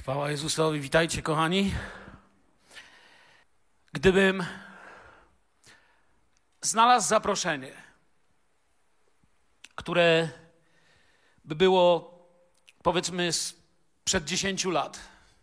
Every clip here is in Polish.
Chwała Jezusowi, witajcie kochani. Gdybym znalazł zaproszenie, które by było powiedzmy sprzed 10 lat,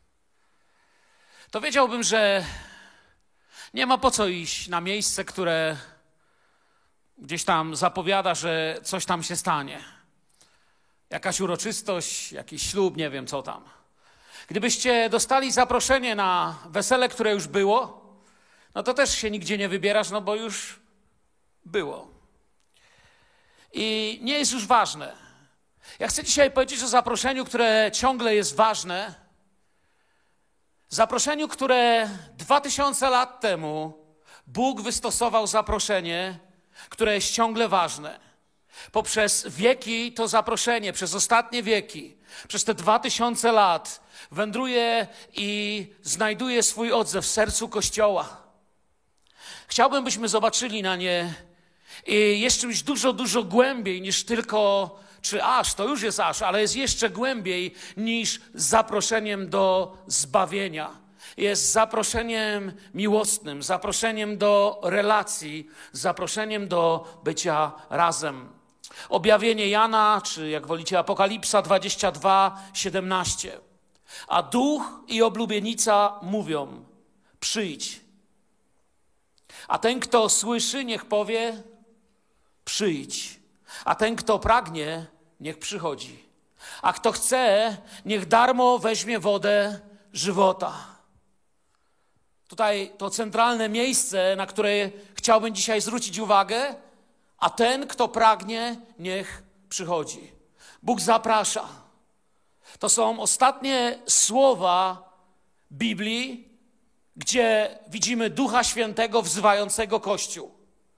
to wiedziałbym, że nie ma po co iść na miejsce, które gdzieś tam zapowiada, że coś tam się stanie. Jakaś uroczystość, jakiś ślub, nie wiem co tam. Gdybyście dostali zaproszenie na wesele, które już było, no to też się nigdzie nie wybierasz, no bo już było. I nie jest już ważne. Ja chcę dzisiaj powiedzieć o zaproszeniu, które ciągle jest ważne. Zaproszeniu, które 2000 lat temu Bóg wystosował zaproszenie, które jest ciągle ważne. Poprzez wieki to zaproszenie, przez ostatnie wieki, przez te 2000 lat wędruje i znajduje swój odzew w sercu Kościoła. Chciałbym, byśmy zobaczyli na nie i jest czymś dużo, dużo głębiej niż tylko, czy aż, to już jest aż, ale jest jeszcze głębiej niż zaproszeniem do zbawienia. Jest zaproszeniem miłosnym, zaproszeniem do relacji, zaproszeniem do bycia razem. Objawienie Jana, czy jak wolicie Apokalipsa 22:17. A duch i oblubienica mówią: przyjdź. A ten, kto słyszy, niech powie: przyjdź. A ten, kto pragnie, niech przychodzi. A kto chce, niech darmo weźmie wodę żywota. Tutaj to centralne miejsce, na które chciałbym dzisiaj zwrócić uwagę. A ten, kto pragnie, niech przychodzi. Bóg zaprasza. To są ostatnie słowa Biblii, gdzie widzimy Ducha Świętego wzywającego Kościół.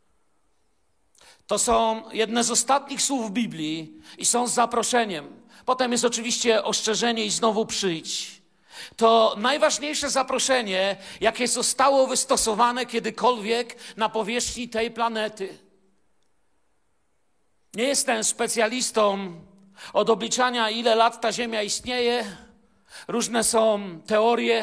To są jedne z ostatnich słów Biblii i są z zaproszeniem. Potem jest oczywiście ostrzeżenie i znowu przyjdź. To najważniejsze zaproszenie, jakie zostało wystosowane kiedykolwiek na powierzchni tej planety. Nie jestem specjalistą od obliczania, ile lat ta Ziemia istnieje. Różne są teorie.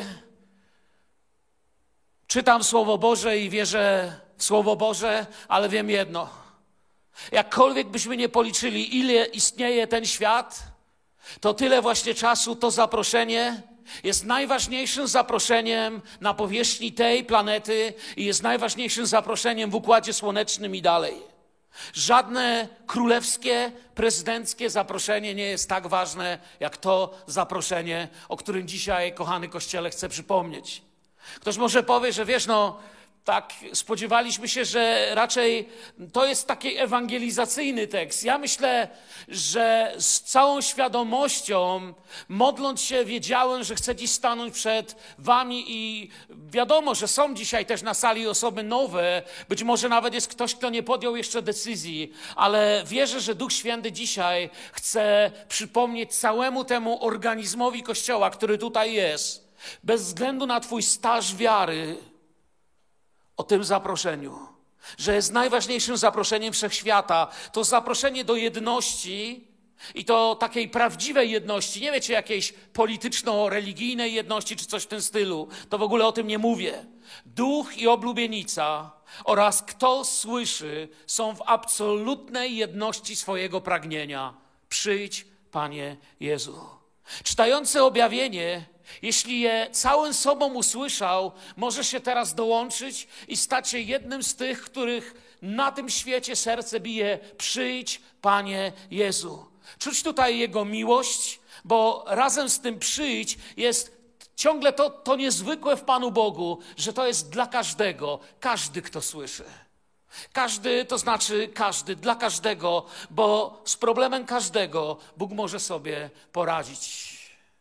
Czytam Słowo Boże i wierzę w Słowo Boże, ale wiem jedno. Jakkolwiek byśmy nie policzyli, ile istnieje ten świat, to tyle właśnie czasu to zaproszenie jest najważniejszym zaproszeniem na powierzchni tej planety i jest najważniejszym zaproszeniem w Układzie Słonecznym i dalej. Żadne królewskie, prezydenckie zaproszenie nie jest tak ważne, jak to zaproszenie, o którym dzisiaj, kochany Kościele, chcę przypomnieć. Ktoś może powie, że wiesz, tak spodziewaliśmy się, że raczej to jest taki ewangelizacyjny tekst. Ja myślę, że z całą świadomością, modląc się, wiedziałem, że chcę dziś stanąć przed wami i wiadomo, że są dzisiaj też na sali osoby nowe. Być może nawet jest ktoś, kto nie podjął jeszcze decyzji, ale wierzę, że Duch Święty dzisiaj chce przypomnieć całemu temu organizmowi Kościoła, który tutaj jest, bez względu na twój staż wiary, o tym zaproszeniu, że jest najważniejszym zaproszeniem wszechświata. To zaproszenie do jedności i to takiej prawdziwej jedności, nie wiecie, jakiejś polityczno-religijnej jedności czy coś w tym stylu. To w ogóle o tym nie mówię. Duch i oblubienica oraz kto słyszy są w absolutnej jedności swojego pragnienia. Przyjdź, Panie Jezu. Czytający objawienie, jeśli je całym sobą usłyszał, może się teraz dołączyć i stać się jednym z tych, których na tym świecie serce bije: przyjdź, Panie Jezu. Czuć tutaj Jego miłość, bo razem z tym przyjdź jest ciągle to niezwykłe w Panu Bogu, że to jest dla każdego, każdy, kto słyszy. Każdy, to znaczy każdy, dla każdego, bo z problemem każdego Bóg może sobie poradzić.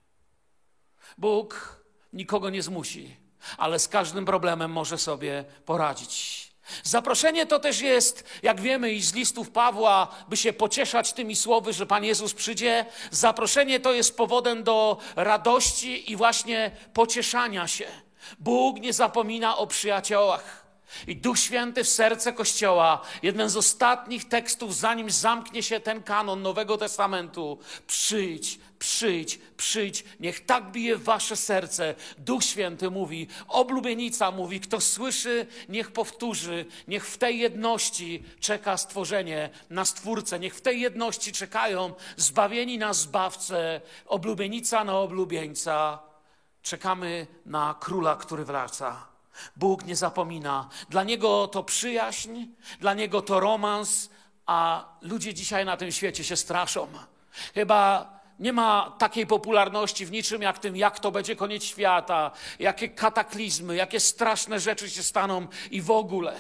Bóg nikogo nie zmusi, ale z każdym problemem może sobie poradzić. Zaproszenie to też jest, jak wiemy i z listów Pawła, by się pocieszać tymi słowy, że Pan Jezus przyjdzie. Zaproszenie to jest powodem do radości i właśnie pocieszania się. Bóg nie zapomina o przyjaciołach. I Duch Święty w serce Kościoła, jeden z ostatnich tekstów, zanim zamknie się ten kanon Nowego Testamentu. Przyjdź, przyjdź, przyjdź. Niech tak bije w wasze serce. Duch Święty mówi, oblubienica mówi, kto słyszy, niech powtórzy. Niech w tej jedności czeka stworzenie na Stwórcę. Niech w tej jedności czekają zbawieni na Zbawcę, oblubienica na oblubieńca. Czekamy na Króla, który wraca. Bóg nie zapomina. Dla Niego to przyjaźń, dla Niego to romans, a ludzie dzisiaj na tym świecie się straszą. Chyba nie ma takiej popularności w niczym jak tym, jak to będzie koniec świata, jakie kataklizmy, jakie straszne rzeczy się staną i w ogóle.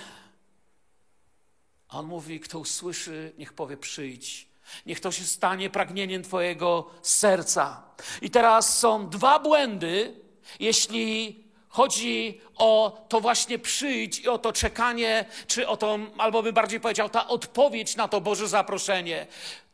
A On mówi, kto usłyszy, niech powie przyjdź. Niech to się stanie pragnieniem twojego serca. I teraz są dwa błędy, jeśli chodzi o to właśnie przyjdź i o to czekanie, czy o to, albo bym bardziej powiedział, ta odpowiedź na to Boże zaproszenie.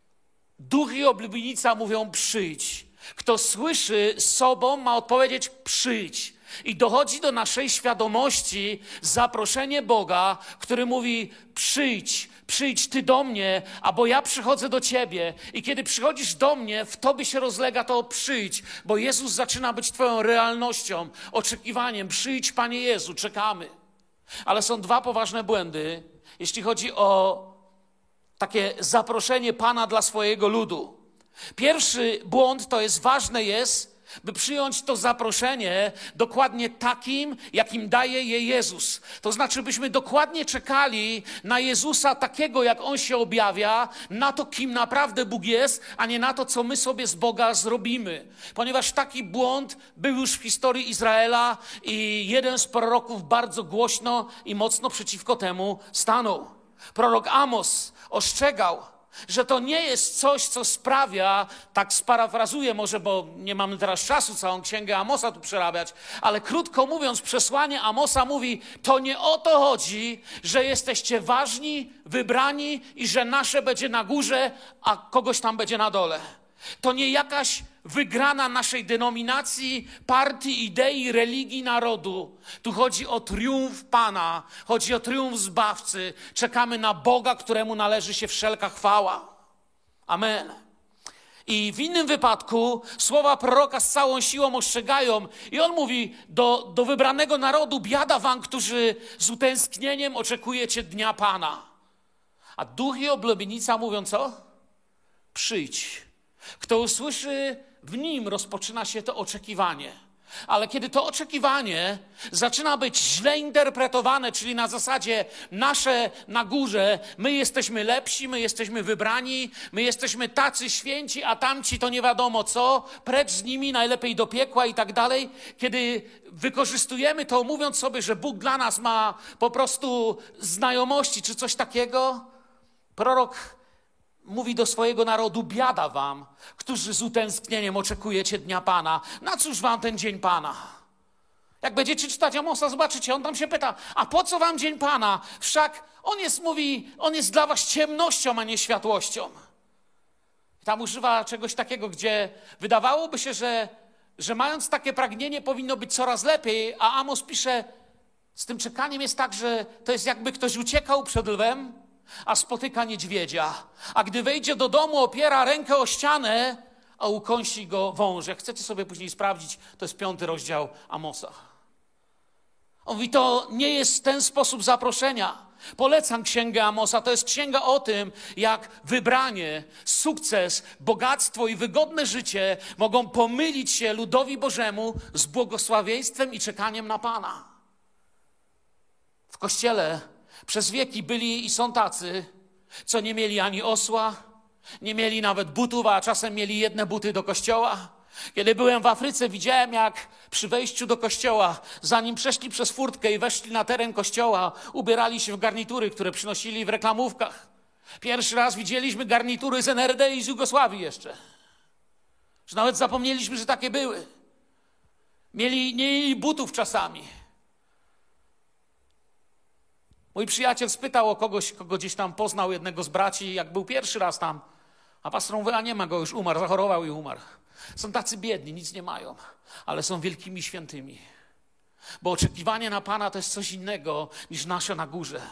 Duch i oblubienica mówią przyjdź. Kto słyszy sobą, ma odpowiedzieć przyjdź. I dochodzi do naszej świadomości zaproszenie Boga, który mówi przyjdź, przyjdź ty do mnie, albo ja przychodzę do ciebie. I kiedy przychodzisz do mnie, w tobie się rozlega to przyjdź, bo Jezus zaczyna być twoją realnością, oczekiwaniem. Przyjdź, Panie Jezu, czekamy. Ale są dwa poważne błędy, jeśli chodzi o takie zaproszenie Pana dla swojego ludu. Pierwszy błąd to jest, ważne jest, by przyjąć to zaproszenie dokładnie takim, jakim daje je Jezus. To znaczy, byśmy dokładnie czekali na Jezusa takiego, jak On się objawia, na to, kim naprawdę Bóg jest, a nie na to, co my sobie z Boga zrobimy. Ponieważ taki błąd był już w historii Izraela i jeden z proroków bardzo głośno i mocno przeciwko temu stanął. Prorok Amos ostrzegał, że to nie jest coś, co sprawia, tak sparafrazuję może, bo nie mamy teraz czasu całą księgę Amosa tu przerabiać, ale krótko mówiąc, przesłanie Amosa mówi, to nie o to chodzi, że jesteście ważni, wybrani i że nasze będzie na górze, a kogoś tam będzie na dole. To nie jakaś wygrana naszej denominacji, partii, idei, religii, narodu. Tu chodzi o triumf Pana, chodzi o triumf Zbawcy. Czekamy na Boga, któremu należy się wszelka chwała. Amen. I w innym wypadku słowa proroka z całą siłą ostrzegają i on mówi do wybranego narodu, biada wam, którzy z utęsknieniem oczekujecie dnia Pana. A duch i oblubienica mówią co? Przyjdź. Kto usłyszy, w nim rozpoczyna się to oczekiwanie. Ale kiedy to oczekiwanie zaczyna być źle interpretowane, czyli na zasadzie nasze na górze, my jesteśmy lepsi, my jesteśmy wybrani, my jesteśmy tacy święci, a tamci to nie wiadomo co, precz z nimi, najlepiej do piekła i tak dalej. Kiedy wykorzystujemy to, mówiąc sobie, że Bóg dla nas ma po prostu znajomości czy coś takiego, prorok mówi do swojego narodu, biada wam, którzy z utęsknieniem oczekujecie dnia Pana. Na cóż wam ten dzień Pana? Jak będziecie czytać Amosa, zobaczycie, on tam się pyta, a po co wam dzień Pana? Wszak on jest dla was ciemnością, a nie światłością. Tam używa czegoś takiego, gdzie wydawałoby się, że mając takie pragnienie powinno być coraz lepiej, a Amos pisze, z tym czekaniem jest tak, że to jest jakby ktoś uciekał przed lwem, a spotyka niedźwiedzia. A gdy wejdzie do domu, opiera rękę o ścianę, a ukąsi go wąż. Jak chcecie sobie później sprawdzić, to jest 5 rozdział Amosa. On mówi, to nie jest ten sposób zaproszenia. Polecam księgę Amosa. To jest księga o tym, jak wybranie, sukces, bogactwo i wygodne życie mogą pomylić się ludowi Bożemu z błogosławieństwem i czekaniem na Pana. W Kościele przez wieki byli i są tacy, co nie mieli ani osła, nie mieli nawet butów, a czasem mieli jedne buty do kościoła. Kiedy byłem w Afryce, widziałem, jak przy wejściu do kościoła, zanim przeszli przez furtkę i weszli na teren kościoła, ubierali się w garnitury, które przynosili w reklamówkach. Pierwszy raz widzieliśmy garnitury z NRD i z Jugosławii jeszcze. Że nawet zapomnieliśmy, że takie były. Nie mieli butów czasami. Mój przyjaciel spytał o kogoś, kogo gdzieś tam poznał, jednego z braci, jak był pierwszy raz tam. A pastor mówi, a nie ma go, już umarł, zachorował i umarł. Są tacy biedni, nic nie mają, ale są wielkimi świętymi. Bo oczekiwanie na Pana to jest coś innego niż nasze na górze.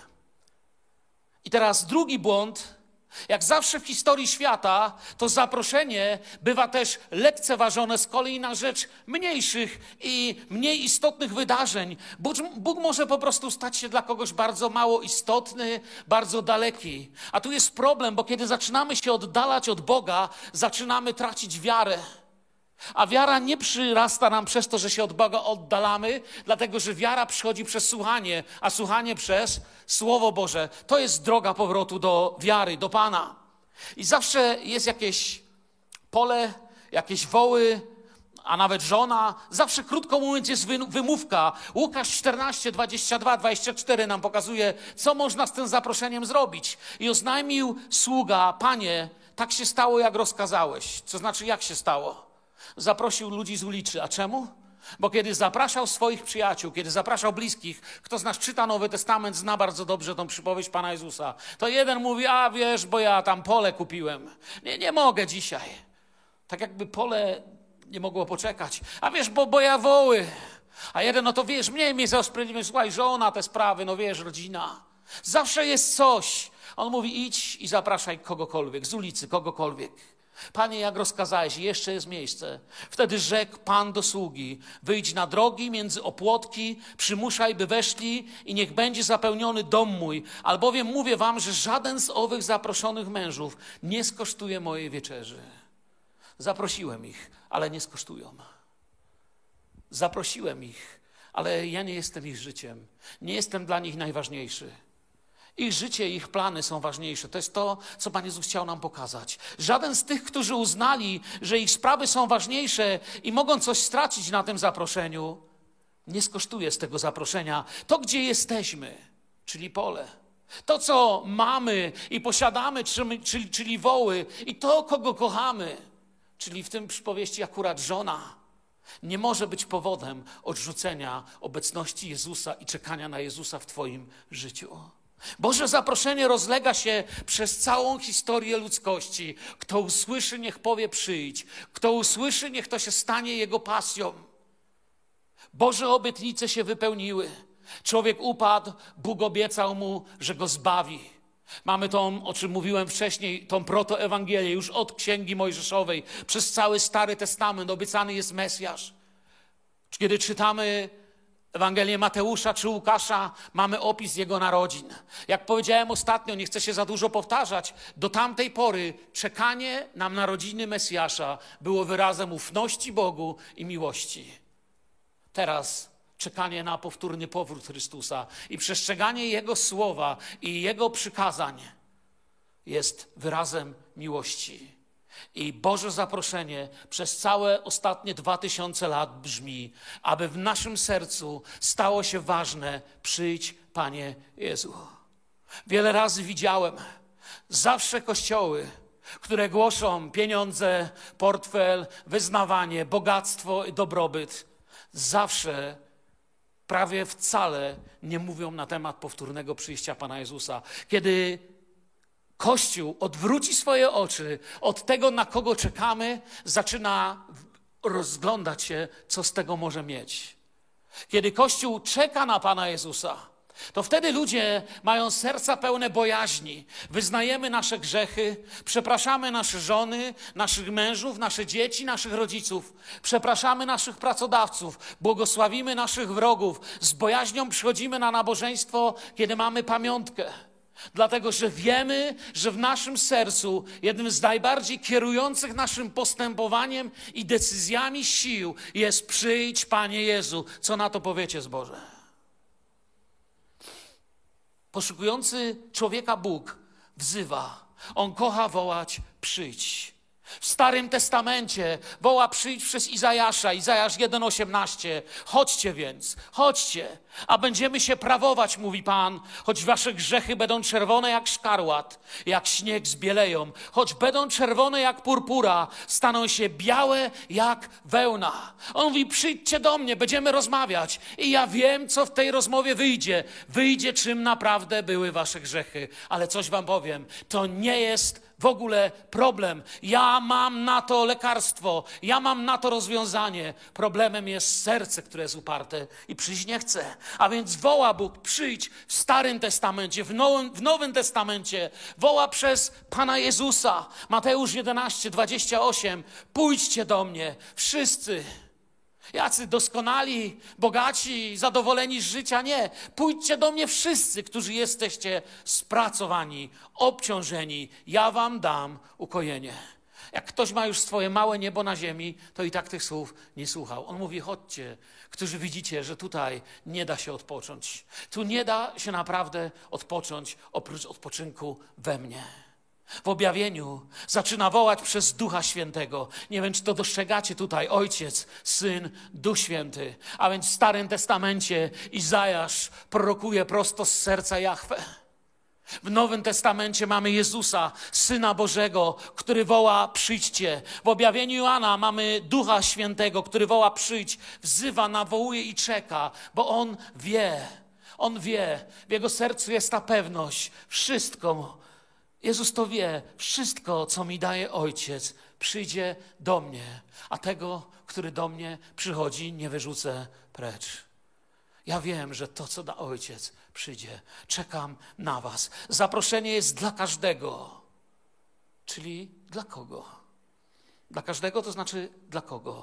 I teraz drugi błąd. Jak zawsze w historii świata, to zaproszenie bywa też lekceważone z kolei na rzecz mniejszych i mniej istotnych wydarzeń. Bóg może po prostu stać się dla kogoś bardzo mało istotny, bardzo daleki. A tu jest problem, bo kiedy zaczynamy się oddalać od Boga, zaczynamy tracić wiarę. A wiara nie przyrasta nam przez to, że się od Boga oddalamy, dlatego że wiara przychodzi przez słuchanie, a słuchanie przez Słowo Boże. To jest droga powrotu do wiary, do Pana. I zawsze jest jakieś pole, jakieś woły, a nawet żona. Zawsze, krótko mówiąc, jest wymówka. Łukasz 14, 22, 24 nam pokazuje, co można z tym zaproszeniem zrobić. I oznajmił sługa: Panie, tak się stało, jak rozkazałeś. Co znaczy, jak się stało? Zaprosił ludzi z ulicy. A czemu? Bo kiedy zapraszał swoich przyjaciół, kiedy zapraszał bliskich, kto z nas czyta Nowy Testament, zna bardzo dobrze tą przypowieść Pana Jezusa. To jeden mówi: a wiesz, bo ja tam pole kupiłem. Nie mogę dzisiaj. Tak jakby pole nie mogło poczekać. A wiesz, bo ja woły. A jeden: no to wiesz, mniej mnie za usprawiedliwienie. Słuchaj, żona, te sprawy, no wiesz, rodzina. Zawsze jest coś. On mówi: idź i zapraszaj kogokolwiek, z ulicy, kogokolwiek. Panie, jak rozkazałeś, jeszcze jest miejsce. Wtedy rzekł Pan do sługi: wyjdź na drogi między opłotki, przymuszaj, by weszli i niech będzie zapełniony dom mój. Albowiem mówię wam, że żaden z owych zaproszonych mężów nie skosztuje mojej wieczerzy. Zaprosiłem ich, ale nie skosztują. Zaprosiłem ich, ale ja nie jestem ich życiem. Nie jestem dla nich najważniejszy. Ich życie, ich plany są ważniejsze. To jest to, co Pan Jezus chciał nam pokazać. Żaden z tych, którzy uznali, że ich sprawy są ważniejsze i mogą coś stracić na tym zaproszeniu, nie skosztuje z tego zaproszenia. To, gdzie jesteśmy, czyli pole. To, co mamy i posiadamy, czyli woły. I to, kogo kochamy, czyli w tym przypowieści akurat żona, nie może być powodem odrzucenia obecności Jezusa i czekania na Jezusa w Twoim życiu. Boże zaproszenie rozlega się przez całą historię ludzkości. Kto usłyszy, niech powie: przyjdź. Kto usłyszy, niech to się stanie jego pasją. Boże obietnice się wypełniły. Człowiek upadł, Bóg obiecał mu, że go zbawi. Mamy tą, o czym mówiłem wcześniej, tą protoewangelię już od Księgi Mojżeszowej. Przez cały Stary Testament obiecany jest Mesjasz. Kiedy czytamy Ewangelię Mateusza czy Łukasza, mamy opis jego narodzin. Jak powiedziałem ostatnio, nie chcę się za dużo powtarzać, do tamtej pory czekanie na narodziny Mesjasza było wyrazem ufności Bogu i miłości. Teraz czekanie na powtórny powrót Chrystusa i przestrzeganie Jego słowa i Jego przykazań jest wyrazem miłości. I Boże zaproszenie przez całe ostatnie 2000 lat brzmi, aby w naszym sercu stało się ważne: przyjdź, Panie Jezu. Wiele razy widziałem zawsze kościoły, które głoszą pieniądze, portfel, wyznawanie, bogactwo i dobrobyt. Zawsze, prawie wcale nie mówią na temat powtórnego przyjścia Pana Jezusa. Kiedy Kościół odwróci swoje oczy od tego, na kogo czekamy, zaczyna rozglądać się, co z tego może mieć. Kiedy Kościół czeka na Pana Jezusa, to wtedy ludzie mają serca pełne bojaźni. Wyznajemy nasze grzechy, przepraszamy nasze żony, naszych mężów, nasze dzieci, naszych rodziców. Przepraszamy naszych pracodawców, błogosławimy naszych wrogów. Z bojaźnią przychodzimy na nabożeństwo, kiedy mamy pamiątkę. Dlatego, że wiemy, że w naszym sercu jednym z najbardziej kierujących naszym postępowaniem i decyzjami sił jest: przyjdź, Panie Jezu. Co na to powiecie, zboże? Poszukujący człowieka Bóg wzywa. On kocha wołać: przyjdź. W Starym Testamencie woła: przyjdź przez Izajasza, Izajasz 1,18. Chodźcie więc, chodźcie, a będziemy się prawować, mówi Pan, choć wasze grzechy będą czerwone jak szkarłat, jak śnieg zbieleją, choć będą czerwone jak purpura, staną się białe jak wełna. On mówi: przyjdźcie do mnie, będziemy rozmawiać i ja wiem, co w tej rozmowie wyjdzie. Wyjdzie, czym naprawdę były wasze grzechy. Ale coś wam powiem, to nie jest w ogóle problem. Ja mam na to lekarstwo, ja mam na to rozwiązanie. Problemem jest serce, które jest uparte i przyjść nie chce. A więc woła Bóg, przyjdź w Starym Testamencie, w Nowym Testamencie. Woła przez Pana Jezusa. Mateusz 11:28. Pójdźcie do mnie, wszyscy. Jacy doskonali, bogaci, zadowoleni z życia? Nie. Pójdźcie do mnie wszyscy, którzy jesteście spracowani, obciążeni. Ja wam dam ukojenie. Jak ktoś ma już swoje małe niebo na ziemi, to i tak tych słów nie słuchał. On mówi, chodźcie, którzy widzicie, że tutaj nie da się odpocząć. Tu nie da się naprawdę odpocząć oprócz odpoczynku we mnie. W objawieniu zaczyna wołać przez Ducha Świętego. Nie wiem, czy to dostrzegacie tutaj. Ojciec, Syn, Duch Święty. A więc w Starym Testamencie Izajasz prorokuje prosto z serca Jahwe. W Nowym Testamencie mamy Jezusa, Syna Bożego, który woła przyjdźcie. W objawieniu Joana mamy Ducha Świętego, który woła przyjdź, wzywa, nawołuje i czeka, bo On wie. On wie. W Jego sercu jest ta pewność. Wszystko Jezus to wie, wszystko, co mi daje Ojciec, przyjdzie do mnie, a tego, który do mnie przychodzi, nie wyrzucę precz. Ja wiem, że to, co da Ojciec, przyjdzie. Czekam na was. Zaproszenie jest dla każdego. Czyli dla kogo? Dla każdego to znaczy dla kogo?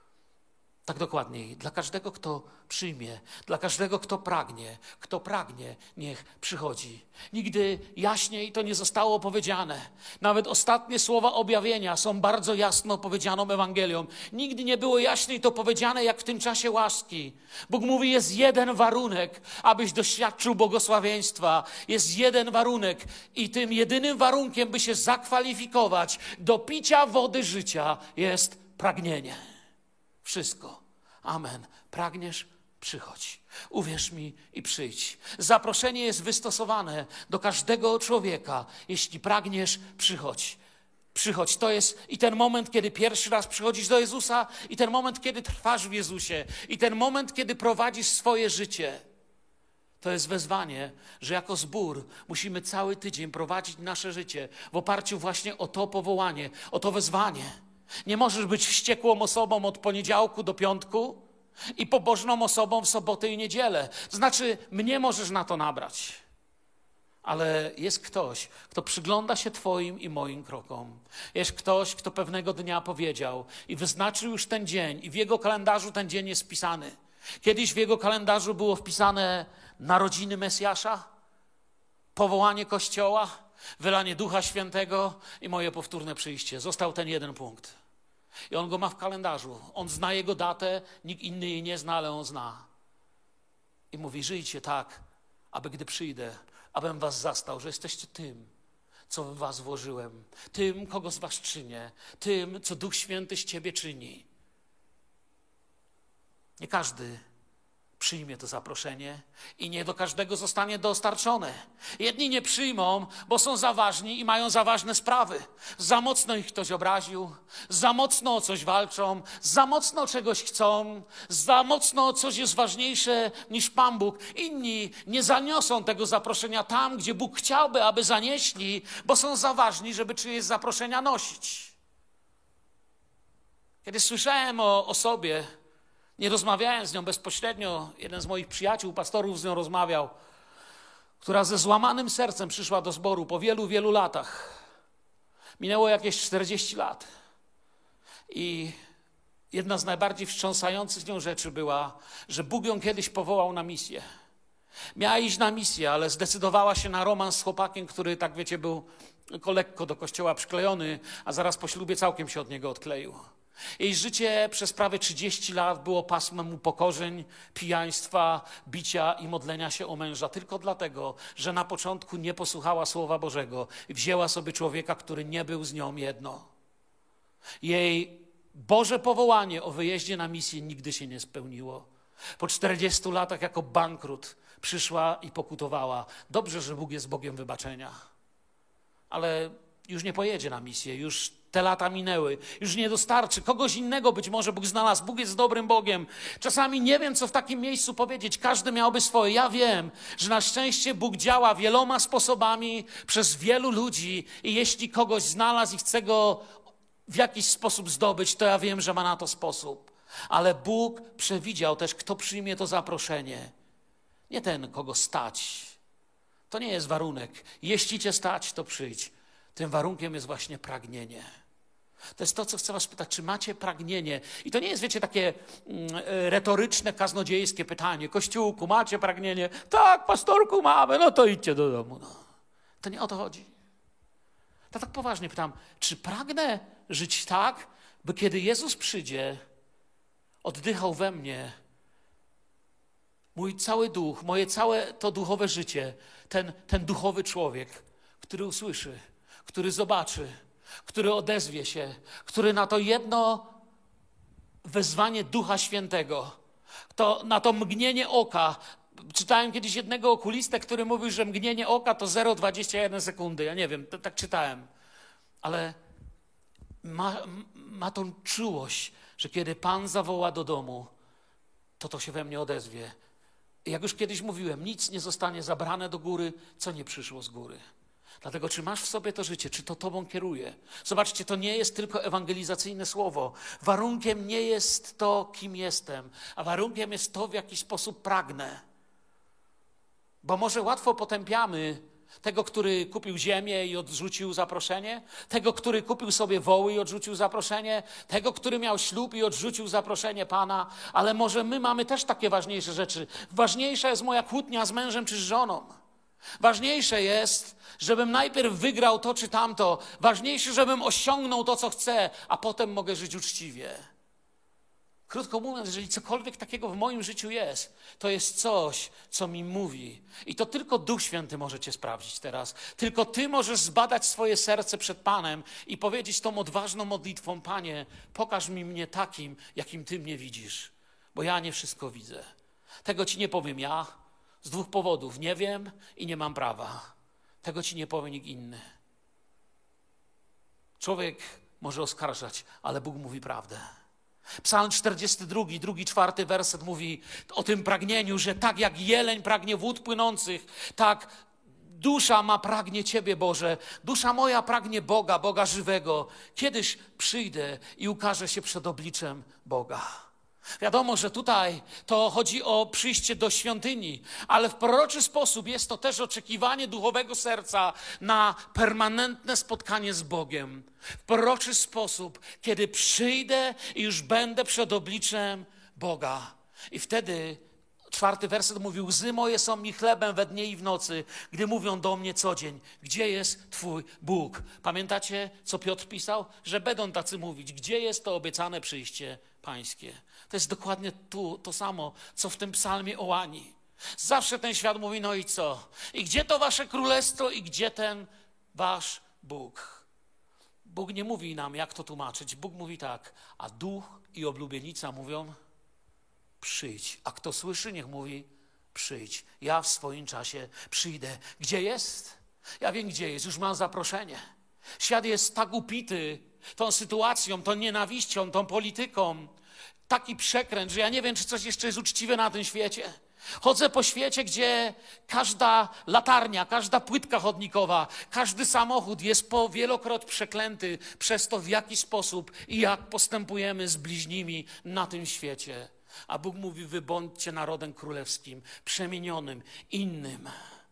Tak dokładniej, dla każdego, kto przyjmie, dla każdego, kto pragnie, niech przychodzi. Nigdy jaśniej to nie zostało powiedziane. Nawet ostatnie słowa objawienia są bardzo jasno powiedzianą Ewangelią. Nigdy nie było jaśniej to powiedziane, jak w tym czasie łaski. Bóg mówi, jest jeden warunek, abyś doświadczył błogosławieństwa. Jest jeden warunek i tym jedynym warunkiem, by się zakwalifikować do picia wody życia, jest pragnienie. Wszystko. Amen. Pragniesz? Przychodź. Uwierz mi i przyjdź. Zaproszenie jest wystosowane do każdego człowieka. Jeśli pragniesz, przychodź. Przychodź. To jest i ten moment, kiedy pierwszy raz przychodzisz do Jezusa, i ten moment, kiedy trwasz w Jezusie, i ten moment, kiedy prowadzisz swoje życie. To jest wezwanie, że jako zbór musimy cały tydzień prowadzić nasze życie w oparciu właśnie o to powołanie, o to wezwanie. Nie możesz być wściekłą osobą od poniedziałku do piątku i pobożną osobą w sobotę i niedzielę. To znaczy, mnie możesz na to nabrać. Ale jest ktoś, kto przygląda się twoim i moim krokom. Jest ktoś, kto pewnego dnia powiedział i wyznaczył już ten dzień i w jego kalendarzu ten dzień jest wpisany. Kiedyś w jego kalendarzu było wpisane narodziny Mesjasza, powołanie Kościoła, wylanie Ducha Świętego i moje powtórne przyjście. Został ten jeden punkt. I on go ma w kalendarzu. On zna jego datę, nikt inny jej nie zna, ale on zna. I mówi, żyjcie tak, aby gdy przyjdę, abym was zastał, że jesteście tym, co w was włożyłem, tym, kogo z was czynię, tym, co Duch Święty z ciebie czyni. Nie każdy przyjmie to zaproszenie i nie do każdego zostanie dostarczone. Jedni nie przyjmą, bo są za ważni i mają za ważne sprawy. Za mocno ich ktoś obraził, za mocno o coś walczą, za mocno czegoś chcą, za mocno coś jest ważniejsze niż Pan Bóg. Inni nie zaniosą tego zaproszenia tam, gdzie Bóg chciałby, aby zanieśli, bo są za ważni, żeby czyjeś zaproszenia nosić. Kiedy słyszałem o osobie, nie rozmawiałem z nią bezpośrednio, jeden z moich przyjaciół, pastorów z nią rozmawiał, która ze złamanym sercem przyszła do zboru po wielu, wielu latach. Minęło jakieś 40 lat. I jedna z najbardziej wstrząsających z nią rzeczy była, że Bóg ją kiedyś powołał na misję. Miała iść na misję, ale zdecydowała się na romans z chłopakiem, który, tak wiecie, był lekko do kościoła przyklejony, a zaraz po ślubie całkiem się od niego odkleił. Jej życie przez prawie 30 lat było pasmem upokorzeń, pijaństwa, bicia i modlenia się o męża. Tylko dlatego, że na początku nie posłuchała Słowa Bożego i wzięła sobie człowieka, który nie był z nią jedno. Jej Boże powołanie o wyjeździe na misję nigdy się nie spełniło. Po 40 latach jako bankrut przyszła i pokutowała. Dobrze, że Bóg jest Bogiem wybaczenia. Ale już nie pojedzie na misję, już Te lata minęły. Już nie dostarczy. Kogoś innego być może Bóg znalazł. Bóg jest dobrym Bogiem. Czasami nie wiem, co w takim miejscu powiedzieć. Każdy miałby swoje. Ja wiem, że na szczęście Bóg działa wieloma sposobami przez wielu ludzi i jeśli kogoś znalazł i chce go w jakiś sposób zdobyć, to ja wiem, że ma na to sposób. Ale Bóg przewidział też, kto przyjmie to zaproszenie. Nie ten, kogo stać. To nie jest warunek. Jeśli cię stać, to przyjdź. Tym warunkiem jest właśnie pragnienie. To jest to, co chcę was pytać, czy macie pragnienie? I to nie jest, wiecie, takie retoryczne, kaznodziejskie pytanie. Kościółku, macie pragnienie? Tak, pastorku, mamy, no to idźcie do domu. No. To nie o to chodzi. To tak poważnie pytam, czy pragnę żyć tak, by kiedy Jezus przyjdzie, oddychał we mnie mój cały duch, moje całe to duchowe życie, ten duchowy człowiek, który usłyszy, który zobaczy, który odezwie się, który na to jedno wezwanie Ducha Świętego, na to mgnienie oka. Czytałem kiedyś jednego okulistę, który mówił, że mgnienie oka to 0,21 sekundy. Ja nie wiem, tak czytałem. Ale ma tą czułość, że kiedy Pan zawoła do domu, to się we mnie odezwie. Jak już kiedyś mówiłem, nic nie zostanie zabrane do góry, co nie przyszło z góry. Dlatego, czy masz w sobie to życie, czy to tobą kieruje? Zobaczcie, to nie jest tylko ewangelizacyjne słowo. Warunkiem nie jest to, kim jestem, a warunkiem jest to, w jaki sposób pragnę. Bo może łatwo potępiamy tego, który kupił ziemię i odrzucił zaproszenie, tego, który kupił sobie woły i odrzucił zaproszenie, tego, który miał ślub i odrzucił zaproszenie Pana, ale może my mamy też takie ważniejsze rzeczy. Ważniejsza jest moja kłótnia z mężem czy z żoną. Ważniejsze jest, żebym najpierw wygrał to czy tamto. Ważniejsze, żebym osiągnął to, co chcę, a potem mogę żyć uczciwie. Krótko mówiąc, jeżeli cokolwiek takiego w moim życiu jest, to jest coś, co mi mówi. I to tylko Duch Święty może cię sprawdzić teraz. Tylko ty możesz zbadać swoje serce przed Panem i powiedzieć tą odważną modlitwą: Panie, pokaż mi mnie takim, jakim Ty mnie widzisz, bo ja nie wszystko widzę. Tego Ci nie powiem ja z 2 powodów. Nie wiem i nie mam prawa. Tego Ci nie powie nikt inny. Człowiek może oskarżać, ale Bóg mówi prawdę. Psalm 42, 2-4 werset mówi o tym pragnieniu, że tak jak jeleń pragnie wód płynących, tak dusza ma pragnie Ciebie, Boże. Dusza moja pragnie Boga, Boga żywego. Kiedyś przyjdę i ukażę się przed obliczem Boga. Wiadomo, że tutaj to chodzi o przyjście do świątyni, ale w proroczy sposób jest to też oczekiwanie duchowego serca na permanentne spotkanie z Bogiem. W proroczy sposób, kiedy przyjdę i już będę przed obliczem Boga. I wtedy 4 werset mówi: łzy moje są mi chlebem we dnie i w nocy, gdy mówią do mnie co dzień: gdzie jest Twój Bóg? Pamiętacie, co Piotr pisał? Że będą tacy mówić: gdzie jest to obiecane przyjście Pańskie? To jest dokładnie to samo, co w tym psalmie o Ani. Zawsze ten świat mówi: no i co? I gdzie to wasze królestwo i gdzie ten wasz Bóg? Bóg nie mówi nam, jak to tłumaczyć. Bóg mówi tak: a duch i oblubienica mówią: przyjdź. A kto słyszy, niech mówi: przyjdź. Ja w swoim czasie przyjdę. Gdzie jest? Ja wiem, gdzie jest. Już mam zaproszenie. Świat jest tak upity tą sytuacją, tą nienawiścią, tą polityką. Taki przekręt, że ja nie wiem, czy coś jeszcze jest uczciwe na tym świecie. Chodzę po świecie, gdzie każda latarnia, każda płytka chodnikowa, każdy samochód jest wielokroć przeklęty przez to, w jaki sposób i jak postępujemy z bliźnimi na tym świecie. A Bóg mówi: wy bądźcie narodem królewskim, przemienionym, innym.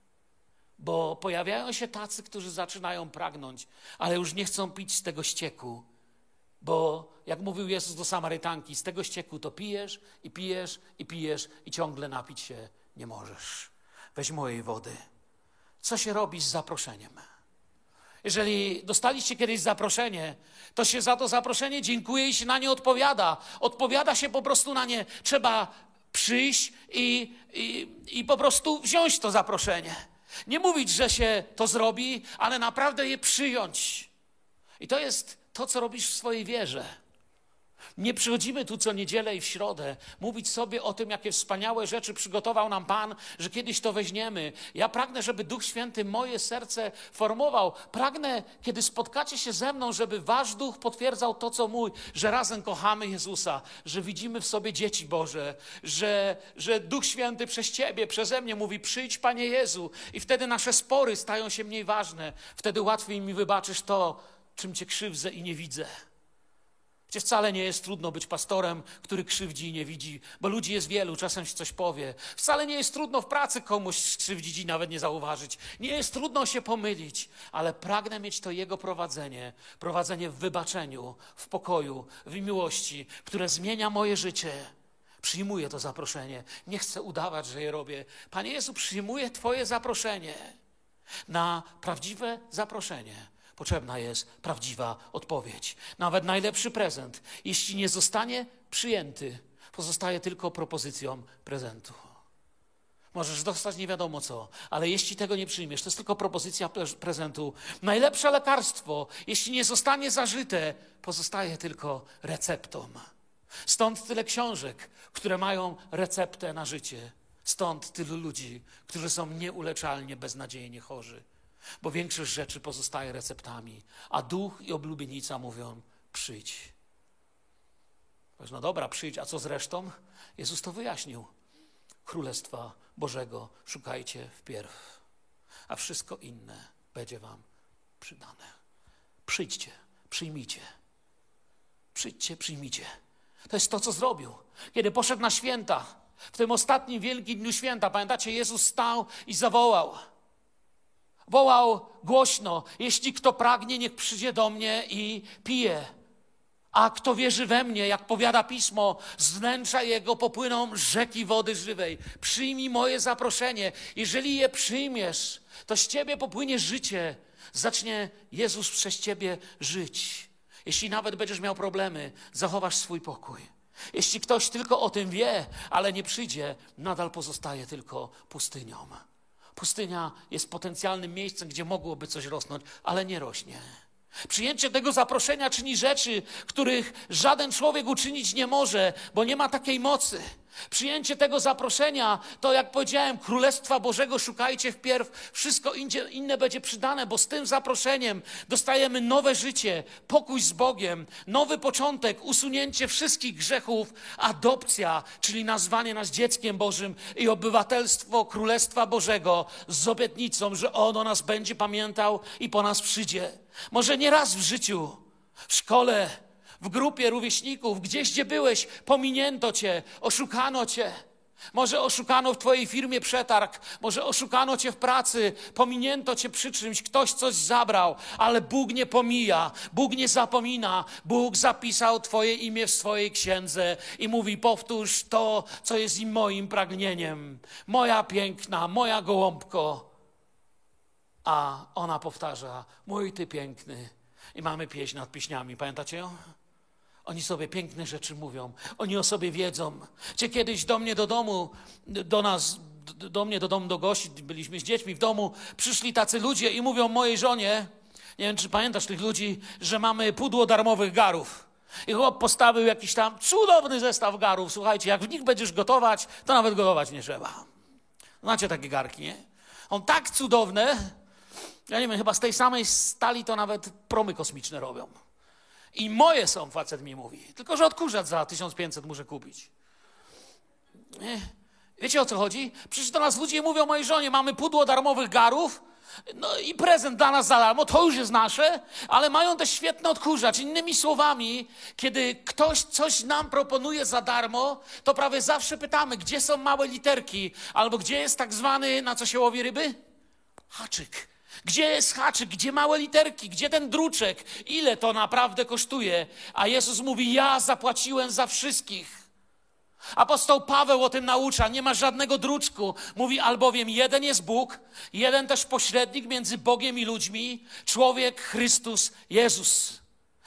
Bo pojawiają się tacy, którzy zaczynają pragnąć, ale już nie chcą pić z tego ścieku. Bo jak mówił Jezus do Samarytanki, z tego ścieku to pijesz i pijesz i pijesz i ciągle napić się nie możesz. Weź mojej wody. Co się robi z zaproszeniem? Jeżeli dostaliście kiedyś zaproszenie, to się za to zaproszenie dziękuję i się na nie odpowiada. Odpowiada się po prostu na nie. Trzeba przyjść i po prostu wziąć to zaproszenie. Nie mówić, że się to zrobi, ale naprawdę je przyjąć. I to jest to, co robisz w swojej wierze. Nie przychodzimy tu co niedzielę i w środę mówić sobie o tym, jakie wspaniałe rzeczy przygotował nam Pan, że kiedyś to weźmiemy. Ja pragnę, żeby Duch Święty moje serce formował. Pragnę, kiedy spotkacie się ze mną, żeby wasz duch potwierdzał to, co mój, że razem kochamy Jezusa, że widzimy w sobie dzieci Boże, że Duch Święty przez ciebie, przeze mnie mówi: przyjdź, Panie Jezu. I wtedy nasze spory stają się mniej ważne. Wtedy łatwiej mi wybaczysz to, czym cię krzywdzę i nie widzę. Przecież wcale nie jest trudno być pastorem, który krzywdzi i nie widzi, bo ludzi jest wielu, czasem się coś powie. Wcale nie jest trudno w pracy komuś skrzywdzić i nawet nie zauważyć. Nie jest trudno się pomylić, ale pragnę mieć to Jego prowadzenie. Prowadzenie w wybaczeniu, w pokoju, w miłości, które zmienia moje życie. Przyjmuję to zaproszenie. Nie chcę udawać, że je robię. Panie Jezu, przyjmuję Twoje zaproszenie. Na prawdziwe zaproszenie potrzebna jest prawdziwa odpowiedź. Nawet najlepszy prezent, jeśli nie zostanie przyjęty, pozostaje tylko propozycją prezentu. Możesz dostać nie wiadomo co, ale jeśli tego nie przyjmiesz, to jest tylko propozycja prezentu. Najlepsze lekarstwo, jeśli nie zostanie zażyte, pozostaje tylko receptą. Stąd tyle książek, które mają receptę na życie. Stąd tylu ludzi, którzy są nieuleczalnie, beznadziejnie chorzy. Bo większość rzeczy pozostaje receptami, a duch i oblubienica mówią: przyjdź. Powiesz: no dobra, przyjdź, a co z resztą? Jezus to wyjaśnił. Królestwa Bożego szukajcie wpierw, a wszystko inne będzie wam przydane. Przyjdźcie, przyjmijcie. Przyjdźcie, przyjmijcie. To jest to, co zrobił. Kiedy poszedł na święta, w tym ostatnim wielkim dniu święta, pamiętacie, Jezus stał i zawołał. Wołał głośno: jeśli kto pragnie, niech przyjdzie do mnie i pije. A kto wierzy we mnie, jak powiada Pismo, z wnętrza jego popłyną rzeki wody żywej. Przyjmij moje zaproszenie. Jeżeli je przyjmiesz, to z ciebie popłynie życie. Zacznie Jezus przez ciebie żyć. Jeśli nawet będziesz miał problemy, zachowasz swój pokój. Jeśli ktoś tylko o tym wie, ale nie przyjdzie, nadal pozostaje tylko pustynią. Pustynia jest potencjalnym miejscem, gdzie mogłoby coś rosnąć, ale nie rośnie. Przyjęcie tego zaproszenia czyni rzeczy, których żaden człowiek uczynić nie może, bo nie ma takiej mocy. Przyjęcie tego zaproszenia to, jak powiedziałem, Królestwa Bożego szukajcie wpierw, wszystko inne będzie przydane, bo z tym zaproszeniem dostajemy nowe życie, pokój z Bogiem, nowy początek, usunięcie wszystkich grzechów, adopcja, czyli nazwanie nas dzieckiem Bożym i obywatelstwo Królestwa Bożego z obietnicą, że On o nas będzie pamiętał i po nas przyjdzie. Może nie raz w życiu, w szkole, w grupie rówieśników, gdzieś gdzie byłeś, pominięto cię, oszukano cię. Może oszukano w twojej firmie przetarg, może oszukano cię w pracy, pominięto cię przy czymś, ktoś coś zabrał, ale Bóg nie pomija, Bóg nie zapomina. Bóg zapisał twoje imię w swojej księdze i mówi: powtórz to, co jest i moim pragnieniem. Moja piękna, moja gołąbko. A ona powtarza: mój ty piękny. I mamy pieśń nad pieśniami, pamiętacie ją? Oni sobie piękne rzeczy mówią. Oni o sobie wiedzą. Cię kiedyś do mnie do domu, do mnie do domu, do gości, byliśmy z dziećmi w domu, przyszli tacy ludzie i mówią mojej żonie, nie wiem, czy pamiętasz tych ludzi, że mamy pudło darmowych garów. I chłop postawił jakiś tam cudowny zestaw garów. Słuchajcie, jak w nich będziesz gotować, to nawet gotować nie trzeba. Znacie takie garki, nie? On tak cudowne, ja nie wiem, chyba z tej samej stali to nawet promy kosmiczne robią. I moje są, facet mi mówi. Tylko że odkurzacz za 1500 muszę kupić. Nie. Wiecie, o co chodzi? Przecież do nas ludzie mówią mojej żonie: mamy pudło darmowych garów, no i prezent dla nas za darmo, to już jest nasze, ale mają też świetny odkurzacz. Innymi słowami, kiedy ktoś coś nam proponuje za darmo, to prawie zawsze pytamy, gdzie są małe literki, albo gdzie jest tak zwany, na co się łowi ryby? Haczyk. Gdzie jest haczyk? Gdzie małe literki? Gdzie ten druczek? Ile to naprawdę kosztuje? A Jezus mówi: ja zapłaciłem za wszystkich. Apostoł Paweł o tym naucza, nie ma żadnego druczku. Mówi: albowiem jeden jest Bóg, jeden też pośrednik między Bogiem i ludźmi, człowiek Chrystus Jezus.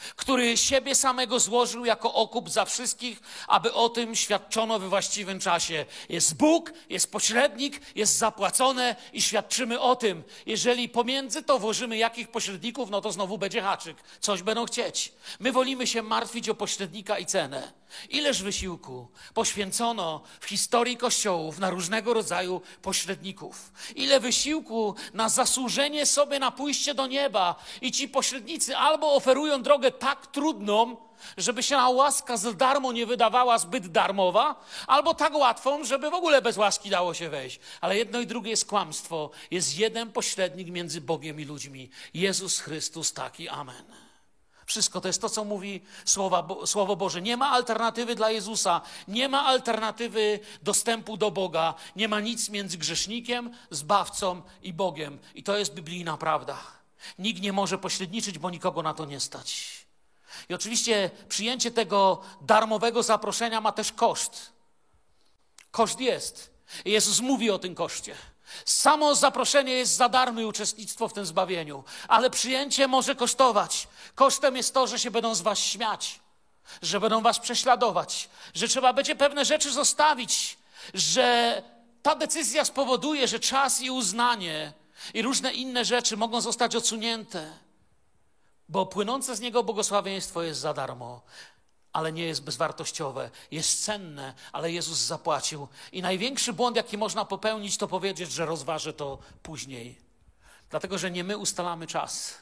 który siebie samego złożył jako okup za wszystkich, aby o tym świadczono we właściwym czasie. Jest Bóg, jest pośrednik, jest zapłacone i świadczymy o tym. Jeżeli pomiędzy to włożymy jakich pośredników, no to znowu będzie haczyk. Coś będą chcieć. My wolimy się martwić o pośrednika i cenę. Ileż wysiłku poświęcono w historii kościołów na różnego rodzaju pośredników. Ile wysiłku na zasłużenie sobie na pójście do nieba. I ci pośrednicy albo oferują drogę tak trudną, żeby się na łaska za darmo nie wydawała zbyt darmowa, albo tak łatwą, żeby w ogóle bez łaski dało się wejść. Ale jedno i drugie jest kłamstwo. Jest jeden pośrednik między Bogiem i ludźmi. Jezus Chrystus, taki amen. Wszystko to jest to, co mówi Słowo Boże. Nie ma alternatywy dla Jezusa. Nie ma alternatywy dostępu do Boga. Nie ma nic między grzesznikiem, zbawcą i Bogiem. I to jest biblijna prawda. Nikt nie może pośredniczyć, bo nikogo na to nie stać. I oczywiście przyjęcie tego darmowego zaproszenia ma też koszt. Koszt jest. I Jezus mówi o tym koszcie. Samo zaproszenie jest za darmo i uczestnictwo w tym zbawieniu, ale przyjęcie może kosztować. Kosztem jest to, że się będą z was śmiać, że będą was prześladować, że trzeba będzie pewne rzeczy zostawić, że ta decyzja spowoduje, że czas i uznanie i różne inne rzeczy mogą zostać odsunięte, bo płynące z niego błogosławieństwo jest za darmo. Ale nie jest bezwartościowe, jest cenne, ale Jezus zapłacił. I największy błąd, jaki można popełnić, to powiedzieć, że rozważę to później. Dlatego, że nie my ustalamy czas.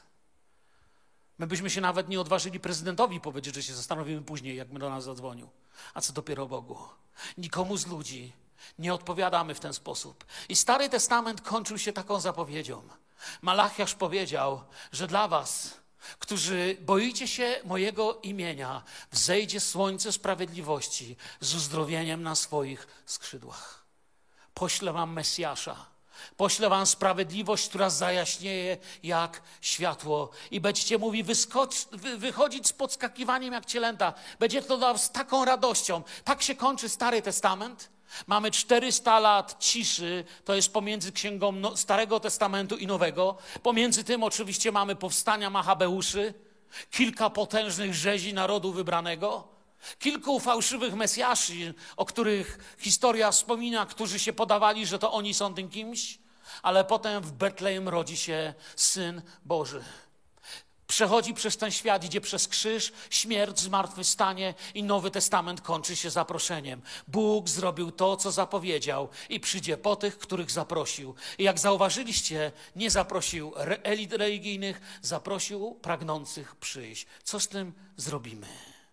My byśmy się nawet nie odważyli prezydentowi powiedzieć, że się zastanowimy później, jak do nas zadzwonił. A co dopiero Bogu. Nikomu z ludzi nie odpowiadamy w ten sposób. I Stary Testament kończył się taką zapowiedzią. Malachiasz powiedział, że dla was, którzy boicie się mojego imienia, wzejdzie słońce sprawiedliwości z uzdrowieniem na swoich skrzydłach. Poślę wam Mesjasza, poślę wam sprawiedliwość, która zajaśnieje jak światło i będziecie wychodzić z podskakiwaniem jak cielęta. Będzie to dla was z taką radością. Tak się kończy Stary Testament. Mamy 400 lat ciszy, to jest pomiędzy księgą Starego Testamentu i Nowego. Pomiędzy tym oczywiście mamy powstania Machabeuszy, kilka potężnych rzezi narodu wybranego, kilku fałszywych mesjaszy, o których historia wspomina, którzy się podawali, że to oni są tym kimś, ale potem w Betlejem rodzi się Syn Boży. Przechodzi przez ten świat, idzie przez krzyż, śmierć, zmartwychwstanie i Nowy Testament kończy się zaproszeniem. Bóg zrobił to, co zapowiedział i przyjdzie po tych, których zaprosił. I jak zauważyliście, nie zaprosił elit religijnych, zaprosił pragnących przyjść. Co z tym zrobimy?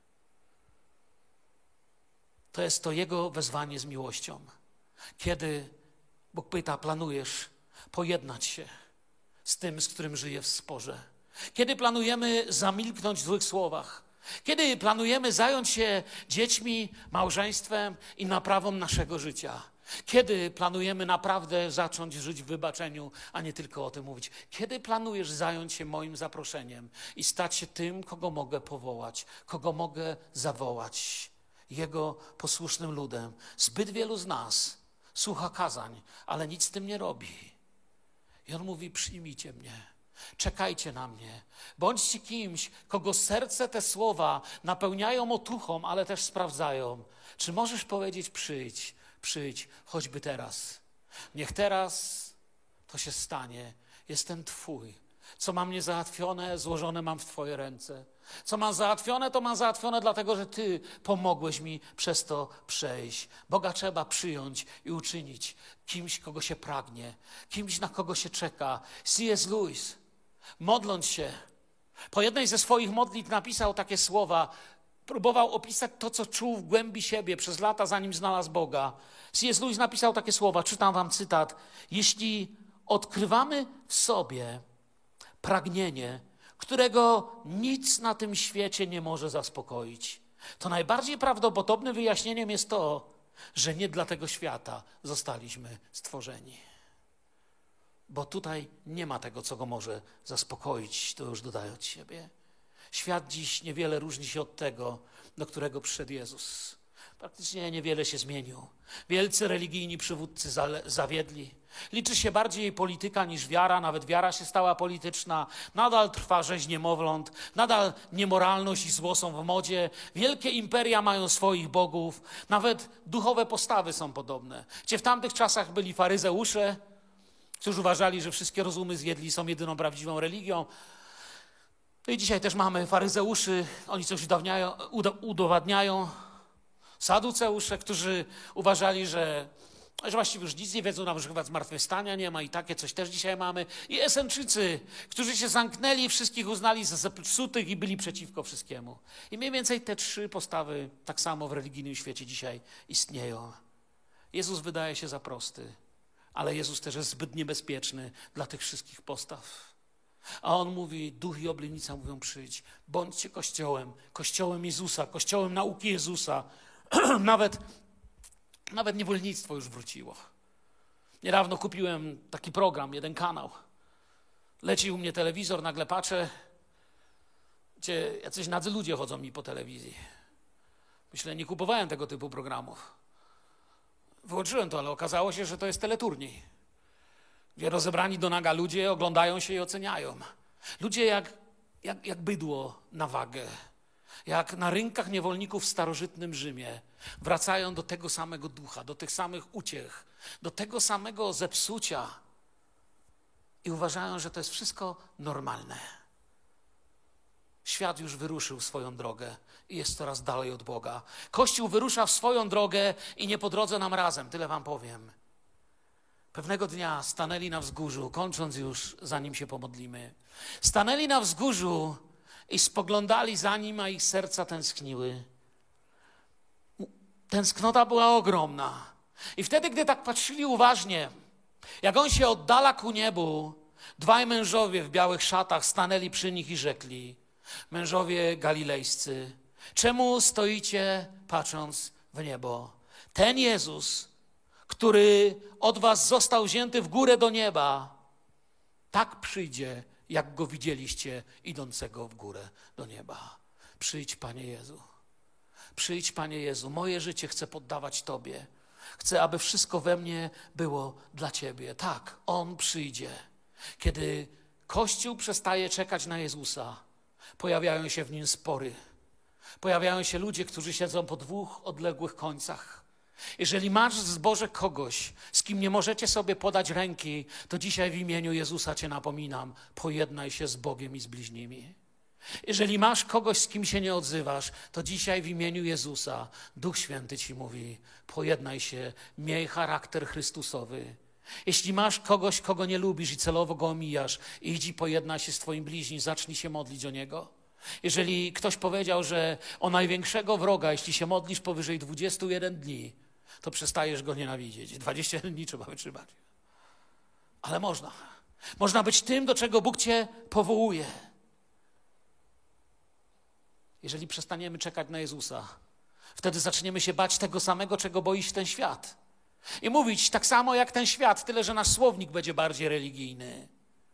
To jest to Jego wezwanie z miłością. Kiedy Bóg pyta, planujesz pojednać się z tym, z którym żyje w sporze? Kiedy planujemy zamilknąć w złych słowach? Kiedy planujemy zająć się dziećmi, małżeństwem i naprawą naszego życia? Kiedy planujemy naprawdę zacząć żyć w wybaczeniu, a nie tylko o tym mówić? Kiedy planujesz zająć się moim zaproszeniem i stać się tym, kogo mogę powołać, kogo mogę zawołać? Jego posłusznym ludem. Zbyt wielu z nas słucha kazań, ale nic z tym nie robi. I on mówi, przyjmijcie mnie. Czekajcie na mnie. Bądźcie kimś, kogo serce te słowa napełniają otuchą, ale też sprawdzają. Czy możesz powiedzieć przyjdź, choćby teraz. Niech teraz to się stanie. Jestem Twój. Co mam niezałatwione, złożone mam w Twoje ręce. Co mam załatwione, to mam załatwione dlatego, że Ty pomogłeś mi przez to przejść. Boga trzeba przyjąć i uczynić kimś, kogo się pragnie, kimś, na kogo się czeka. C.S. Lewis, modląc się, po jednej ze swoich modlitw napisał takie słowa, próbował opisać to, co czuł w głębi siebie przez lata, zanim znalazł Boga. C.S. Lewis napisał takie słowa, czytam wam cytat. Jeśli odkrywamy w sobie pragnienie, którego nic na tym świecie nie może zaspokoić, to najbardziej prawdopodobnym wyjaśnieniem jest to, że nie dla tego świata zostaliśmy stworzeni. Bo tutaj nie ma tego, co go może zaspokoić, to już dodaję od siebie. Świat dziś niewiele różni się od tego, do którego przyszedł Jezus. Praktycznie niewiele się zmienił. Wielcy religijni przywódcy zawiedli. Liczy się bardziej polityka niż wiara, nawet wiara się stała polityczna. Nadal trwa rzeź niemowląt, nadal niemoralność i zło są w modzie. Wielkie imperia mają swoich bogów, nawet duchowe postawy są podobne. Gdzie w tamtych czasach byli faryzeusze, którzy uważali, że wszystkie rozumy zjedli, są jedyną prawdziwą religią. No i dzisiaj też mamy faryzeuszy, oni coś udowadniają. Saduceusze, którzy uważali, że właściwie już nic nie wiedzą, nawet że chyba zmartwychwstania nie ma i takie coś też dzisiaj mamy. I Esenczycy, którzy się zamknęli, wszystkich uznali za zepsutych i byli przeciwko wszystkiemu. I mniej więcej te trzy postawy tak samo w religijnym świecie dzisiaj istnieją. Jezus wydaje się za prosty, ale Jezus też jest zbyt niebezpieczny dla tych wszystkich postaw. A On mówi, duch i oblędnica mówią przyjdź, bądźcie Kościołem, Kościołem Jezusa, Kościołem nauki Jezusa. Nawet niewolnictwo już wróciło. Niedawno kupiłem taki program, jeden kanał. Leci u mnie telewizor, nagle patrzę, gdzie jacyś nadzy ludzie chodzą mi po telewizji. Myślę, nie kupowałem tego typu programów. Wyłączyłem to, ale okazało się, że to jest teleturniej, gdzie rozebrani do naga ludzie oglądają się i oceniają. Ludzie jak bydło na wagę. Jak na rynkach niewolników w starożytnym Rzymie wracają do tego samego ducha, do tych samych uciech, do tego samego zepsucia i uważają, że to jest wszystko normalne. Świat już wyruszył swoją drogę i jest coraz dalej od Boga. Kościół wyrusza w swoją drogę i nie po drodze nam razem, tyle wam powiem. Pewnego dnia stanęli na wzgórzu, kończąc już, zanim się pomodlimy. Stanęli na wzgórzu i spoglądali za nim, a ich serca tęskniły. Tęsknota była ogromna. I wtedy, gdy tak patrzyli uważnie, jak on się oddala ku niebu, dwaj mężowie w białych szatach stanęli przy nich i rzekli, mężowie galilejscy, czemu stoicie patrząc w niebo? Ten Jezus, który od was został wzięty w górę do nieba, tak przyjdzie, jak go widzieliście idącego w górę do nieba. Przyjdź, Panie Jezu. Przyjdź, Panie Jezu. Moje życie chcę poddawać Tobie. Chcę, aby wszystko we mnie było dla Ciebie. Tak, On przyjdzie. Kiedy Kościół przestaje czekać na Jezusa, pojawiają się w nim spory. Pojawiają się ludzie, którzy siedzą po dwóch odległych końcach. Jeżeli masz w zborze kogoś, z kim nie możecie sobie podać ręki, to dzisiaj w imieniu Jezusa Cię napominam, pojednaj się z Bogiem i z bliźnimi. Jeżeli masz kogoś, z kim się nie odzywasz, to dzisiaj w imieniu Jezusa Duch Święty Ci mówi, pojednaj się, miej charakter Chrystusowy. Jeśli masz kogoś, kogo nie lubisz i celowo go omijasz, idź i pojednaj się z Twoim bliźnim, zacznij się modlić o niego. Jeżeli ktoś powiedział, że o największego wroga, jeśli się modlisz powyżej 21 dni, to przestajesz go nienawidzieć. 21 dni trzeba wytrzymać. Ale można. Można być tym, do czego Bóg Cię powołuje. Jeżeli przestaniemy czekać na Jezusa, wtedy zaczniemy się bać tego samego, czego boi się ten świat. I mówić tak samo jak ten świat, tyle że nasz słownik będzie bardziej religijny.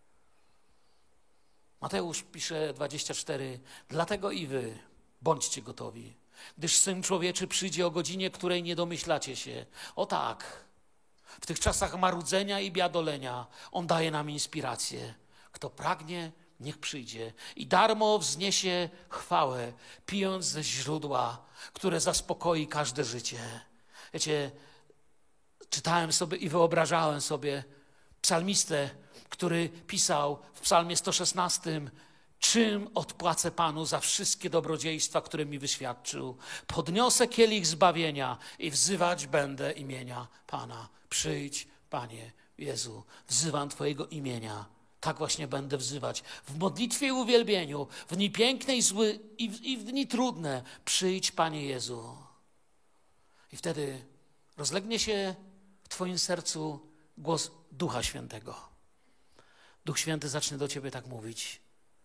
Mateusz pisze 24, dlatego i wy bądźcie gotowi, gdyż Syn Człowieczy przyjdzie o godzinie, której nie domyślacie się. O tak, w tych czasach marudzenia i biadolenia On daje nam inspirację. Kto pragnie, niech przyjdzie i darmo wzniesie chwałę, pijąc ze źródła, które zaspokoi każde życie. Wiecie, czytałem sobie i wyobrażałem sobie psalmistę, który pisał w psalmie 116, czym odpłacę Panu za wszystkie dobrodziejstwa, które mi wyświadczył. Podniosę kielich zbawienia i wzywać będę imienia Pana. Przyjdź, Panie Jezu, wzywam Twojego imienia. Tak właśnie będę wzywać. W modlitwie i uwielbieniu, w dni piękne i złe i w dni trudne. Przyjdź, Panie Jezu. I wtedy rozlegnie się w Twoim sercu głos Ducha Świętego. Duch Święty zacznie do Ciebie tak mówić.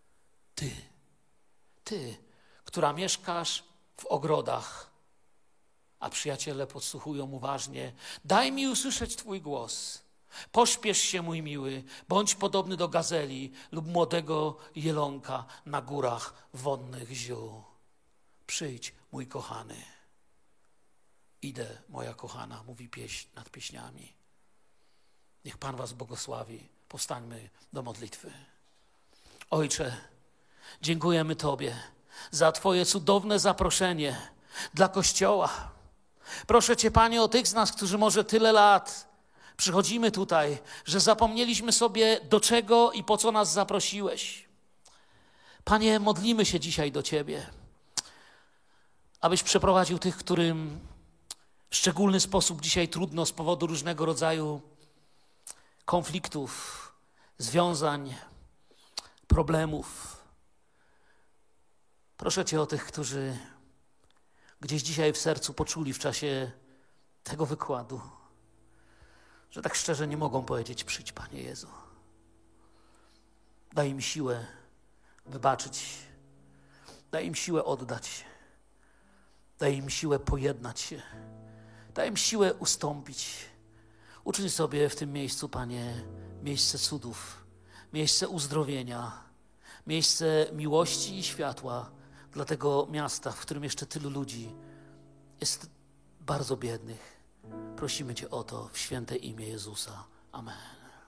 Ty, która mieszkasz w ogrodach, a przyjaciele podsłuchują uważnie, daj mi usłyszeć Twój głos. Pośpiesz się, mój miły, bądź podobny do gazeli lub młodego jelonka na górach wonnych ziół. Przyjdź, mój kochany. Idę, moja kochana, mówi pieśń nad pieśniami. Niech Pan was błogosławi. Powstańmy do modlitwy. Ojcze, dziękujemy Tobie za Twoje cudowne zaproszenie dla Kościoła. Proszę Cię, Panie, o tych z nas, którzy może tyle lat przychodzimy tutaj, że zapomnieliśmy sobie, do czego i po co nas zaprosiłeś. Panie, modlimy się dzisiaj do Ciebie, abyś przeprowadził tych, którym w szczególny sposób dzisiaj trudno z powodu różnego rodzaju konfliktów, związań, problemów. Proszę Cię o tych, którzy gdzieś dzisiaj w sercu poczuli w czasie tego wykładu, że tak szczerze nie mogą powiedzieć: przyjdź, Panie Jezu. Daj im siłę wybaczyć. Daj im siłę oddać. Daj im siłę pojednać się. Daj im siłę ustąpić. Uczyń sobie w tym miejscu, Panie, miejsce cudów, miejsce uzdrowienia, miejsce miłości i światła dla tego miasta, w którym jeszcze tylu ludzi jest bardzo biednych. Prosimy Cię o to w święte imię Jezusa. Amen.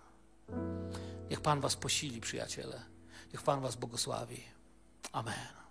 Niech Pan was posili, przyjaciele. Niech Pan was błogosławi. Amen.